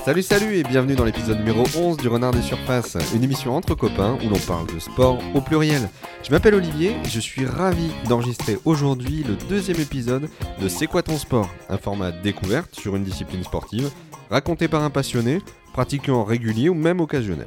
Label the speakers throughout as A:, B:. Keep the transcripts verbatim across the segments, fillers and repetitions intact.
A: Salut salut et bienvenue dans l'épisode numéro onze du Renard des Surfaces, une émission entre copains où l'on parle de sport au pluriel. Je m'appelle Olivier et je suis ravi d'enregistrer aujourd'hui le deuxième épisode de C'est quoi ton sport, un format découverte sur une discipline sportive, raconté par un passionné, pratiquant régulier ou même occasionnel.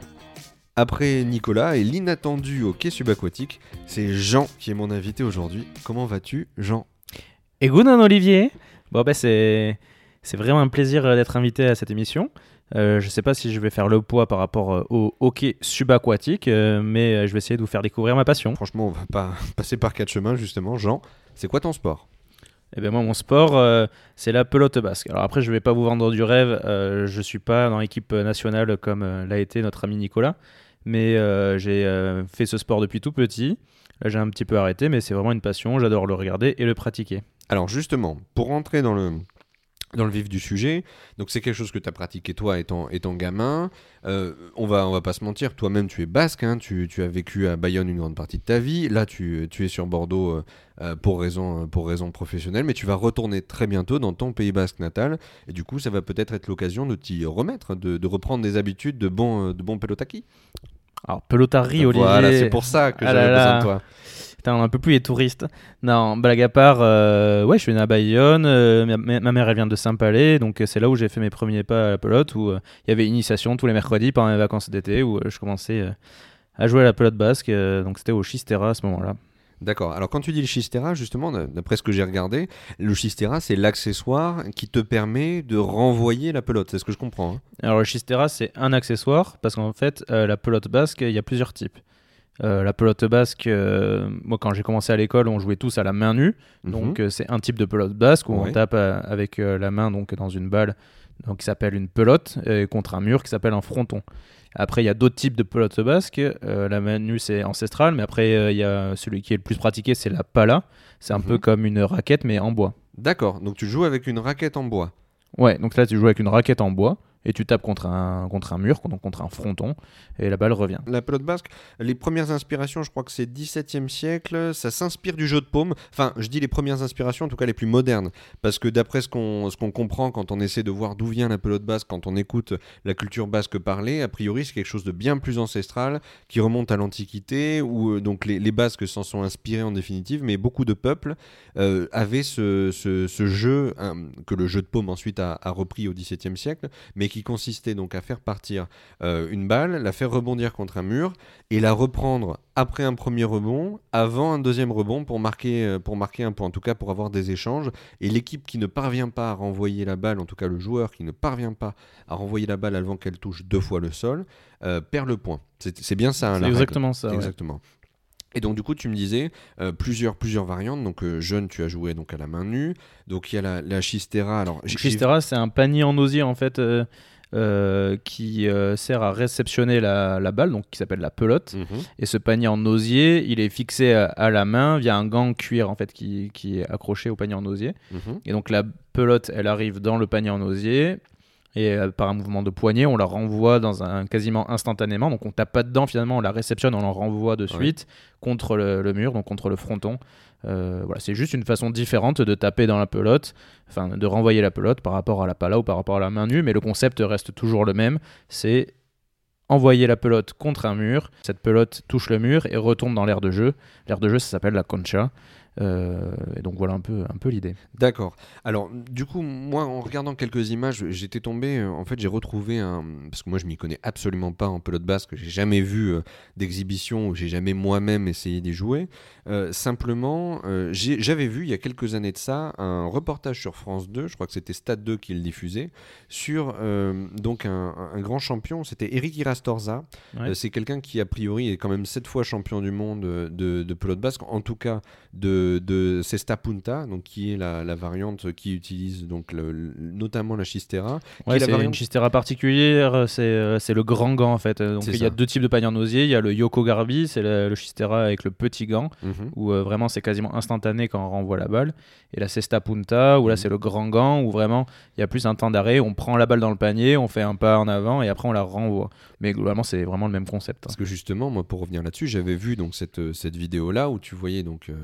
A: Après Nicolas et l'inattendu hockey subaquatique, c'est Jean qui est mon invité aujourd'hui. Comment vas-tu, Jean ?
B: Et good on Olivier. Bon bah c'est... C'est vraiment un plaisir d'être invité à cette émission. Euh, je ne sais pas si je vais faire le poids par rapport au hockey subaquatique, euh, mais je vais essayer de vous faire découvrir ma passion.
A: Franchement, on va pas passer par quatre chemins justement. Jean, c'est quoi ton sport ?
B: Eh bien moi, mon sport, euh, c'est la pelote basque. Alors après, je ne vais pas vous vendre du rêve. Euh, je ne suis pas dans l'équipe nationale comme euh, l'a été notre ami Nicolas, mais euh, j'ai euh, fait ce sport depuis tout petit. Là, j'ai un petit peu arrêté, mais c'est vraiment une passion. J'adore le regarder et le pratiquer.
A: Alors justement, pour rentrer dans le... dans le vif du sujet, donc c'est quelque chose que tu as pratiqué toi étant, étant gamin, euh, on va, on va pas se mentir, toi-même tu es basque, hein, tu, tu as vécu à Bayonne une grande partie de ta vie, là tu, tu es sur Bordeaux euh, pour, raison, pour raison professionnelle, mais tu vas retourner très bientôt dans ton Pays basque natal, et du coup ça va peut-être être l'occasion de t'y remettre, de, de reprendre des habitudes de bon, de bon pelotaki.
B: Alors pelotari, Olivier...
A: Voilà, c'est pour ça que
B: ah
A: j'avais
B: là
A: besoin
B: là.
A: de toi.
B: Putain, on est un peu plus les touristes. Non, blague à part, euh, ouais, je suis né à Bayonne. Euh, ma, ma mère, elle vient de Saint-Palais. Donc, c'est là où j'ai fait mes premiers pas à la pelote, où il euh, y avait initiation tous les mercredis pendant les vacances d'été, où euh, je commençais euh, à jouer à la pelote basque. Euh, donc, c'était au Chistera à ce moment-là.
A: D'accord. Alors, quand tu dis le Chistera, justement, d'après ce que j'ai regardé, le Chistera, c'est l'accessoire qui te permet de renvoyer la pelote. C'est ce que je comprends. Hein.
B: Alors, le Chistera, c'est un accessoire, parce qu'en fait, euh, la pelote basque, il y a plusieurs types. Euh, la pelote basque, euh, moi quand j'ai commencé à l'école, on jouait tous à la main nue. Mm-hmm. Donc euh, c'est un type de pelote basque où ouais. on tape euh, avec euh, la main donc, dans une balle donc, qui s'appelle une pelote euh, contre un mur qui s'appelle un fronton. Après il y a d'autres types de pelote basque. Euh, la main nue c'est ancestral, mais après il euh, y a celui qui est le plus pratiqué, c'est la pala. C'est un mm-hmm. peu comme une raquette mais en bois.
A: D'accord, donc tu joues avec une raquette en bois.
B: Ouais, donc là tu joues avec une raquette en bois. Et tu tapes contre un, contre un mur, donc contre un fronton, et la balle revient.
A: La pelote basque, les premières inspirations, je crois que c'est dix-septième siècle, ça s'inspire du jeu de paume. Enfin, je dis les premières inspirations, en tout cas les plus modernes, parce que d'après ce qu'on, ce qu'on comprend quand on essaie de voir d'où vient la pelote basque, quand on écoute la culture basque parler, a priori c'est quelque chose de bien plus ancestral, qui remonte à l'Antiquité, où donc les, les Basques s'en sont inspirés en définitive, mais beaucoup de peuples euh, avaient ce, ce, ce jeu, hein, que le jeu de paume ensuite a, a repris au dix-septième siècle, mais qui consistait donc à faire partir euh, une balle, la faire rebondir contre un mur et la reprendre après un premier rebond, avant un deuxième rebond pour marquer, euh, pour marquer un point, en tout cas pour avoir des échanges. Et l'équipe qui ne parvient pas à renvoyer la balle, en tout cas le joueur qui ne parvient pas à renvoyer la balle avant qu'elle touche deux fois le sol, euh, perd le point. C'est, c'est bien ça. Hein,
B: c'est exactement règle. ça. Ouais.
A: Exactement. Et donc du coup tu me disais euh, plusieurs plusieurs variantes. Donc euh, jeune tu as joué donc à la main nue. Donc il y a la, la Chistera. Alors
B: j'ai... Chistera c'est un panier en osier en fait euh, euh, qui euh, sert à réceptionner la, la balle, donc qui s'appelle la pelote. Mm-hmm. Et ce panier en osier il est fixé à, à la main via un gant cuir en fait qui, qui est accroché au panier en osier. Mm-hmm. Et donc la pelote elle arrive dans le panier en osier. Et euh, par un mouvement de poignet, on la renvoie dans un, quasiment instantanément. Donc on tape pas dedans finalement, on la réceptionne, on la renvoie de suite ouais. contre le, le mur, donc contre le fronton. Euh, voilà, c'est juste une façon différente de taper dans la pelote, enfin de renvoyer la pelote par rapport à la pala ou par rapport à la main nue, mais le concept reste toujours le même. C'est envoyer la pelote contre un mur. Cette pelote touche le mur et retombe dans l'aire de jeu. L'aire de jeu, ça s'appelle la concha. Euh, et donc voilà un peu, un peu l'idée.
A: D'accord. Alors du coup moi en regardant quelques images j'étais tombé, euh, en fait j'ai retrouvé un, parce que moi je m'y connais absolument pas en pelote basque, j'ai jamais vu euh, d'exhibition ou j'ai jamais moi-même essayé d'y jouer. Euh, simplement euh, j'ai, j'avais vu il y a quelques années de ça un reportage sur France deux, je crois que c'était Stade deux qui le diffusait, sur euh, donc un, un grand champion, c'était Eric Irastorza. Ouais. Euh, c'est quelqu'un qui a priori est quand même sept fois champion du monde de, de pelote basque, en tout cas de de Cesta Punta, donc qui est la, la variante qui utilise donc le, le, notamment la Chistera.
B: Ouais, c'est variante... une Chistera particulière, c'est, euh, c'est le grand gant en fait. Donc il y a deux types de paniers en osier, il y a le Yoko Garbi, c'est le, le Chistera avec le petit gant, mm-hmm. où euh, vraiment c'est quasiment instantané quand on renvoie la balle, et la Cesta Punta, où mm-hmm. là c'est le grand gant, où vraiment il y a plus un temps d'arrêt, on prend la balle dans le panier, on fait un pas en avant et après on la renvoie. Mais globalement c'est vraiment le même concept. Hein.
A: Parce que justement, moi pour revenir là-dessus, j'avais vu donc cette, cette vidéo-là où tu voyais donc... Euh,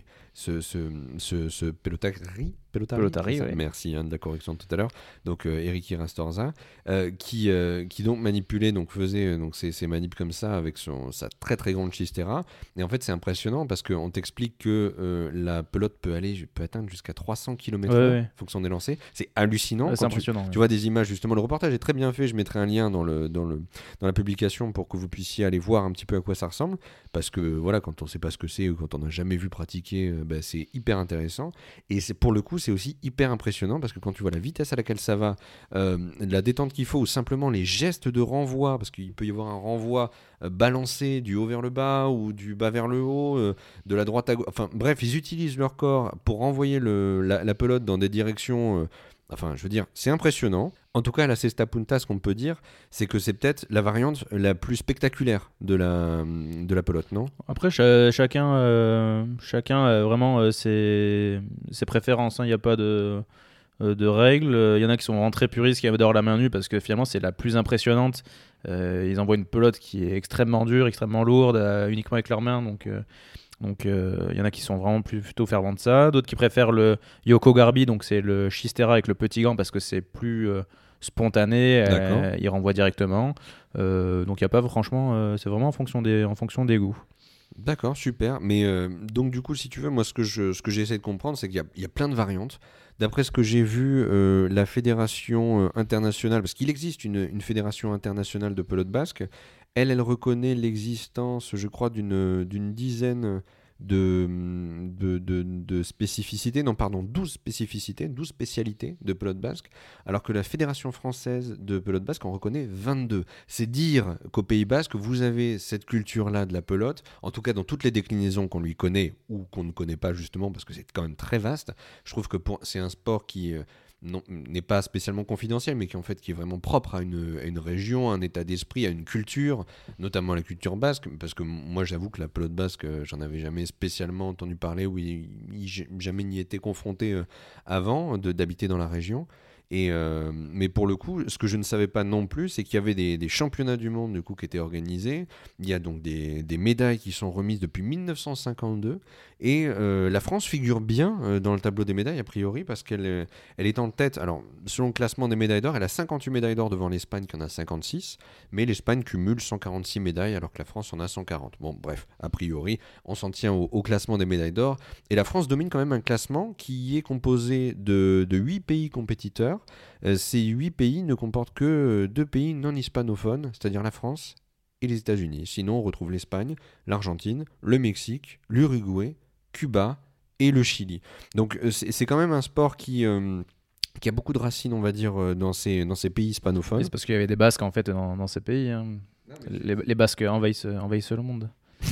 A: ce, ce, ce, ce pelotari, pelotari,
B: Pelotari, ouais.
A: Merci hein, de la correction tout à l'heure. Donc euh, Eric Irastorza, euh, qui, euh, qui donc manipulait, donc faisait euh, donc ces, ces manips comme ça avec son, sa très très grande chistera. Et en fait, c'est impressionnant parce qu'on t'explique que euh, la pelote peut aller, peut atteindre jusqu'à trois cents kilomètres heure,
B: ouais, ouais.
A: fonction des lancers. C'est hallucinant.
B: Ouais, c'est
A: Quand tu,
B: impressionnant.
A: tu
B: ouais.
A: vois des images, justement, le reportage est très bien fait. Je mettrai un lien dans, le, dans, le, dans la publication pour que vous puissiez aller voir un petit peu à quoi ça ressemble. Parce que voilà, quand on ne sait pas ce que c'est ou quand on n'a jamais vu pratiquer, euh, bah, c'est hyper intéressant. Et c'est, pour le coup, c'est aussi hyper impressionnant parce que quand tu vois la vitesse à laquelle ça va, euh, la détente qu'il faut ou simplement les gestes de renvoi, parce qu'il peut y avoir un renvoi euh, balancé du haut vers le bas ou du bas vers le haut, euh, de la droite à gauche. Enfin bref, ils utilisent leur corps pour renvoyer le, la, la pelote dans des directions. Euh, Enfin, je veux dire, c'est impressionnant. En tout cas, la Cesta Punta, ce qu'on peut dire, c'est que c'est peut-être la variante la plus spectaculaire de la, de la pelote, non ?
B: Après, cha- chacun, euh, chacun a vraiment euh, ses, ses préférences. Il n'y a pas de, euh, de règles. Il y en a qui sont vraiment très puristes, qui adorent la main nue parce que finalement, c'est la plus impressionnante. Euh, ils envoient une pelote qui est extrêmement dure, extrêmement lourde, euh, uniquement avec leurs mains. Donc. Euh, Donc il euh, y en a qui sont vraiment plus, plutôt fervents de ça, d'autres qui préfèrent le Yoko Garbi, donc c'est le Chistera avec le petit gant parce que c'est plus euh, spontané, euh, il renvoie directement. Euh, donc il y a pas franchement, euh, c'est vraiment en fonction des, en fonction des goûts.
A: D'accord, super. Mais euh, donc du coup, si tu veux, moi ce que, je, ce que j'essaie de comprendre, c'est qu'il y a, il y a plein de variantes. D'après ce que j'ai vu, euh, la fédération euh, internationale, parce qu'il existe une, une fédération internationale de pelote basque, elle, elle reconnaît l'existence, je crois, d'une, d'une dizaine de, de, de, de spécificités, non pardon, douze spécificités, douze spécialités de pelote basque, alors que la Fédération française de pelote basque en reconnaît vingt-deux. C'est dire qu'au Pays basque, vous avez cette culture-là de la pelote, en tout cas dans toutes les déclinaisons qu'on lui connaît ou qu'on ne connaît pas justement, parce que c'est quand même très vaste. Je trouve que pour, c'est un sport qui... Euh, Non, n'est pas spécialement confidentiel, mais qui en fait qui est vraiment propre à une, à une région, à un état d'esprit, à une culture, notamment la culture basque, parce que moi j'avoue que la pelote basque, j'en avais jamais spécialement entendu parler, ou y, y, jamais n'y été confronté euh, avant de, d'habiter dans la région. Et euh, mais pour le coup, ce que je ne savais pas non plus, c'est qu'il y avait des, des championnats du monde du coup, qui étaient organisés. Il y a donc des, des médailles qui sont remises depuis dix-neuf cent cinquante-deux. Et euh, la France figure bien euh, dans le tableau des médailles, a priori, parce qu'elle elle est en tête. Alors, selon le classement des médailles d'or, elle a cinquante-huit médailles d'or devant l'Espagne, qui en a cinquante-six. Mais l'Espagne cumule cent quarante-six médailles, alors que la France en a cent quarante. Bon, bref, a priori, on s'en tient au, au classement des médailles d'or. Et la France domine quand même un classement qui est composé de, de huit pays compétiteurs. Euh, ces huit pays ne comportent que deux pays non hispanophones, c'est-à-dire la France et les États-Unis. Sinon, on retrouve l'Espagne, l'Argentine, le Mexique, l'Uruguay, Cuba et le Chili. Donc euh, c'est, c'est quand même un sport qui... Euh, qui a beaucoup de racines, on va dire, euh, dans ces, dans ces pays hispanophones.
B: Et c'est parce qu'il y avait des Basques, en fait, dans, dans ces pays. Hein. Non, les, les Basques envahissent, envahissent le monde.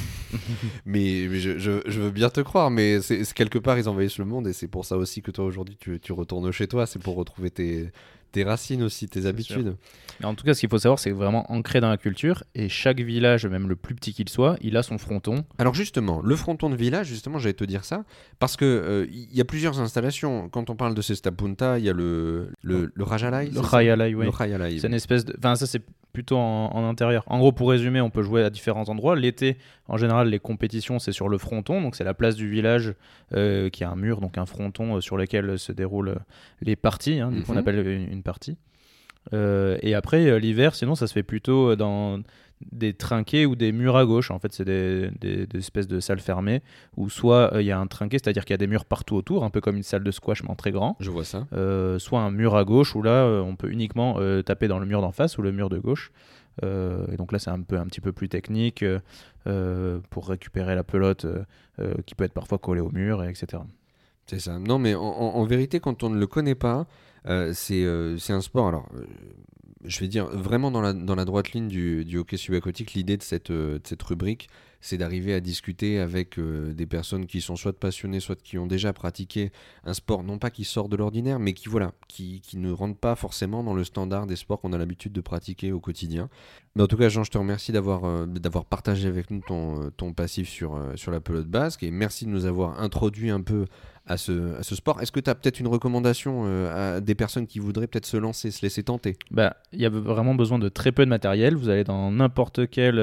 A: mais mais je, je, je veux bien te croire, mais c'est, c'est quelque part, ils envahissent le monde, et c'est pour ça aussi que toi, aujourd'hui, tu, tu retournes chez toi. C'est pour retrouver tes... tes racines aussi, tes c'est habitudes.
B: Mais en tout cas, ce qu'il faut savoir, c'est que vraiment ancré dans la culture, et chaque village, même le plus petit qu'il soit, il a son fronton.
A: Alors justement, le fronton de village, justement, j'allais te dire ça, parce que euh, y a plusieurs installations. Quand on parle de Cesta Punta, il y a le le, le Rajalai.
B: Le Rajalai, oui.
A: Le Rajalai.
B: C'est une espèce de... Enfin, ça, c'est plutôt en, en intérieur. En gros, pour résumer, on peut jouer à différents endroits. L'été, en général, les compétitions, c'est sur le fronton, donc c'est la place du village euh, qui a un mur, donc un fronton euh, sur lequel se déroulent les parties, hein, mm-hmm. qu'on appelle une, une partie. Euh, et après, euh, l'hiver, sinon, ça se fait plutôt dans des trinquets ou des murs à gauche. En fait, c'est des, des, des espèces de salles fermées où soit il euh, y a un trinquet, c'est-à-dire qu'il y a des murs partout autour, un peu comme une salle de squash, mais en très grand.
A: Je vois ça.
B: Euh, soit un mur à gauche où là, euh, on peut uniquement euh, taper dans le mur d'en face ou le mur de gauche. Euh, et donc là, c'est un, peu, un petit peu plus technique euh, pour récupérer la pelote euh, qui peut être parfois collée au mur, et cetera.
A: C'est ça. Non, mais en, en, en vérité, quand on ne le connaît pas, euh, c'est, euh, c'est un sport. Alors, euh, je vais dire vraiment dans la, dans la droite ligne du, du hockey subaquatique, l'idée de cette, euh, de cette rubrique, c'est d'arriver à discuter avec euh, des personnes qui sont soit passionnées, soit qui ont déjà pratiqué un sport, non pas qui sort de l'ordinaire, mais qui, voilà, qui, qui ne rentrent pas forcément dans le standard des sports qu'on a l'habitude de pratiquer au quotidien. Mais en tout cas, Jean, je te remercie d'avoir, euh, d'avoir partagé avec nous ton, ton passif sur, euh, sur la pelote basque, et merci de nous avoir introduit un peu à ce, à ce sport. Est-ce que tu as peut-être une recommandation euh, à des personnes qui voudraient peut-être se lancer, se laisser tenter ?
B: Bah, il y a vraiment besoin de très peu de matériel. Vous allez dans n'importe quel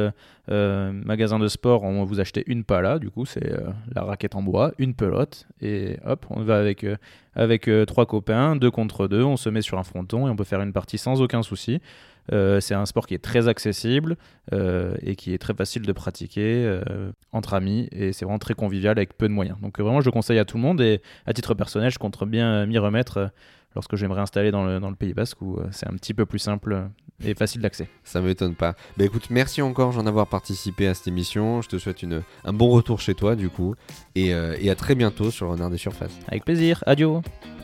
B: Euh, magasin de sport, on vous achetez une pala, du coup c'est euh, la raquette en bois, une pelote, et hop, on va avec, euh, avec euh, trois copains, deux contre deux, on se met sur un fronton et on peut faire une partie sans aucun souci. Euh, c'est un sport qui est très accessible euh, et qui est très facile de pratiquer euh, entre amis, et c'est vraiment très convivial avec peu de moyens. Donc euh, vraiment je le conseille à tout le monde, et à titre personnel je compte bien m'y remettre euh, lorsque je vais me réinstaller dans le, dans le Pays Basque, où euh, c'est un petit peu plus simple et facile d'accès.
A: Ça m'étonne pas. Bah écoute, merci encore j'en avoir participé à cette émission. Je te souhaite une, un bon retour chez toi du coup, et, euh, et à très bientôt sur le Renard des Surfaces.
B: Avec plaisir, adieu.